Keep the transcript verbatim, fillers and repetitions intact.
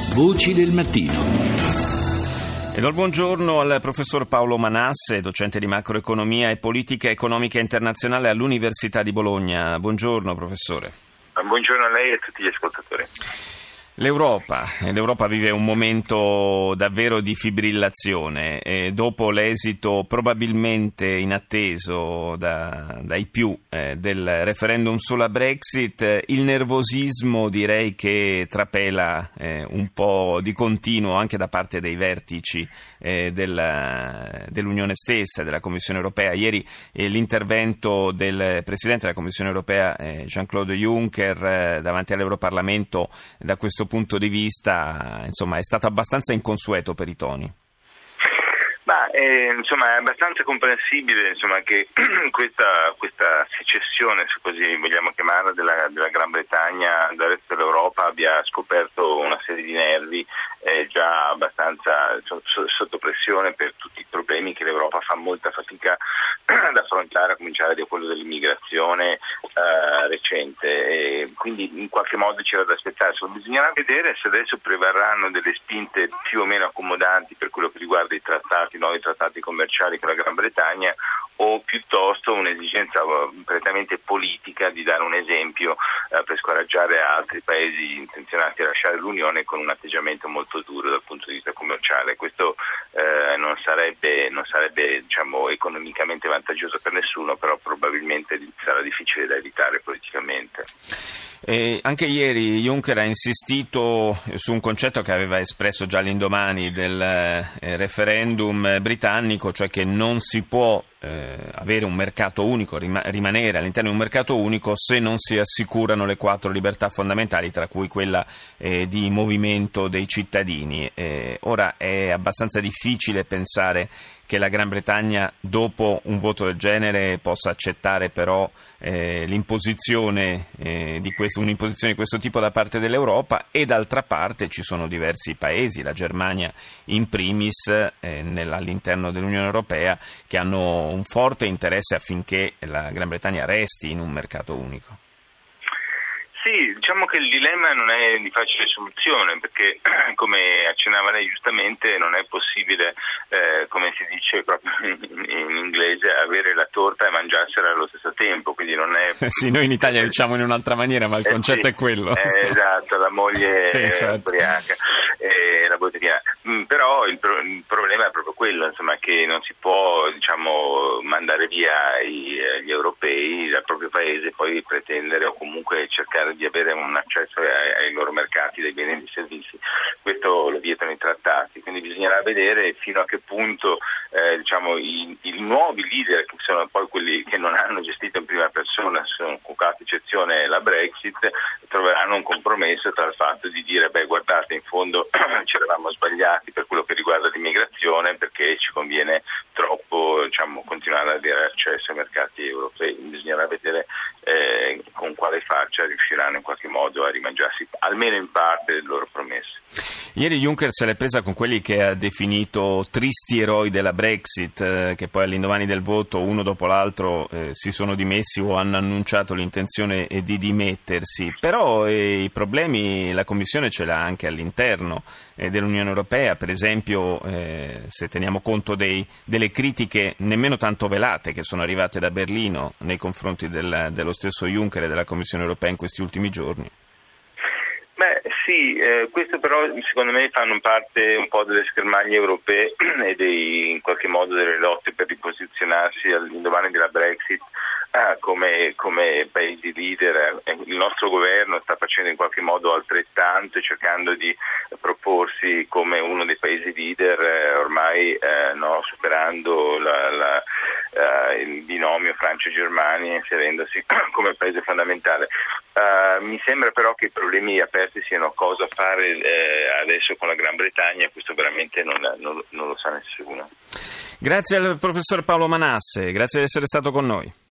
Voci del mattino. E do il buongiorno al professor Paolo Manasse, docente di macroeconomia e politica economica internazionale all'Università di Bologna. Buongiorno professore. Buongiorno a lei e a tutti gli ascoltatori. L'Europa, l'Europa vive un momento davvero di fibrillazione e dopo l'esito probabilmente inatteso da, dai più eh, del referendum sulla Brexit, il nervosismo direi che trapela eh, un po' di continuo anche da parte dei vertici eh, della, dell'Unione stessa, della Commissione Europea. Ieri eh, l'intervento del Presidente della Commissione Europea eh, Jean-Claude Juncker eh, davanti all'Europarlamento da questo punto di vista, insomma, è stato abbastanza inconsueto per i toni. Ma eh, insomma è abbastanza comprensibile insomma, che questa, questa secessione, se così vogliamo chiamarla, della, della Gran Bretagna dal resto dell'Europa abbia scoperto una serie di nervi eh, già abbastanza so, so, sotto pressione per tutti i problemi che l'Europa fa molta fatica ad affrontare, a cominciare da quello dell'immigrazione eh, recente. E quindi in qualche modo c'era da aspettarsi. Bisognerà vedere se adesso prevarranno delle spinte più o meno accomodanti per quello che riguarda i trattati, i nuovi trattati commerciali con la Gran Bretagna, o piuttosto un'esigenza prettamente politica di dare un esempio eh, per scoraggiare altri paesi intenzionati a lasciare l'Unione con un atteggiamento molto duro dal punto di vista commerciale. Questo eh, non sarebbe, non sarebbe diciamo, economicamente vantaggioso per nessuno, però probabilmente sarà difficile da evitare politicamente. E anche ieri Juncker ha insistito su un concetto che aveva espresso già all'indomani del eh, referendum britannico, cioè che non si può eh, avere un mercato unico, rima- rimanere all'interno di un mercato unico se non si assicurano le quattro libertà fondamentali, tra cui quella eh, di movimento dei cittadini. Eh, ora è abbastanza difficile pensare che la Gran Bretagna dopo un voto del genere possa accettare però eh, l'imposizione eh, di questo, un'imposizione di questo tipo da parte dell'Europa, e d'altra parte ci sono diversi paesi, la Germania in primis eh, nel, all'interno dell'Unione Europea, che hanno un forte interesse affinché la Gran Bretagna resti in un mercato unico. Sì, diciamo che il dilemma non è di facile soluzione, perché come accennava lei giustamente non è possibile, eh, come si dice proprio in, in inglese, avere la torta e mangiarsela allo stesso tempo, quindi non è... Sì, noi in Italia diciamo in un'altra maniera, ma il eh, concetto sì, è quello. Eh, esatto, la moglie sì, ubriaca, eh, la bottigliana. Mm, però il, pro- il problema è proprio quello, insomma, che non si può, diciamo, mandare via i, gli europei dal proprio paese e poi pretendere o comunque cercare di avere un accesso ai, ai loro mercati dei beni e dei servizi. Questo lo vietano i trattati, quindi bisognerà vedere fino a che punto eh, diciamo i, i nuovi leader, che sono poi quelli che non hanno gestito in prima persona, sono con qualche eccezione la Brexit, troveranno un compromesso tra il fatto di dire beh guardate, in fondo ci eravamo sbagliati per quello che riguarda l'immigrazione, perché ci conviene troppo diciamo continuare ad avere accesso ai mercati europei. Bisognerà vedere eh, con quale faccia riusciranno in qualche modo a rimangiarsi almeno in parte le loro promesse. Ieri Juncker se l'è presa con quelli che ha definito tristi eroi della Brexit, eh, che poi all'indomani del voto uno dopo l'altro eh, si sono dimessi o hanno annunciato l'intenzione eh, di dimettersi. Però eh, i problemi la Commissione ce l'ha anche all'interno eh, dell'Unione Europea, per esempio eh, se teniamo conto dei, delle critiche nemmeno tanto velate che sono arrivate da Berlino nei confronti del, dello stesso Juncker e della Commissione Europea in questi ultimi giorni. Beh sì, eh, questo però secondo me fanno parte un po' delle schermaglie europee e dei, in qualche modo delle lotte per riposizionarsi all'indomani della Brexit ah, come, come paesi leader. Il nostro governo sta facendo in qualche modo altrettanto, cercando di proporsi come uno dei paesi leader eh, ormai eh, no, superando la, la, uh, il binomio Francia-Germania, inserendosi come paese fondamentale. Uh, mi sembra però che i problemi aperti siano cosa fare eh, adesso con la Gran Bretagna, questo veramente non, non, non lo sa nessuno. Grazie al professor Paolo Manasse, grazie di essere stato con noi.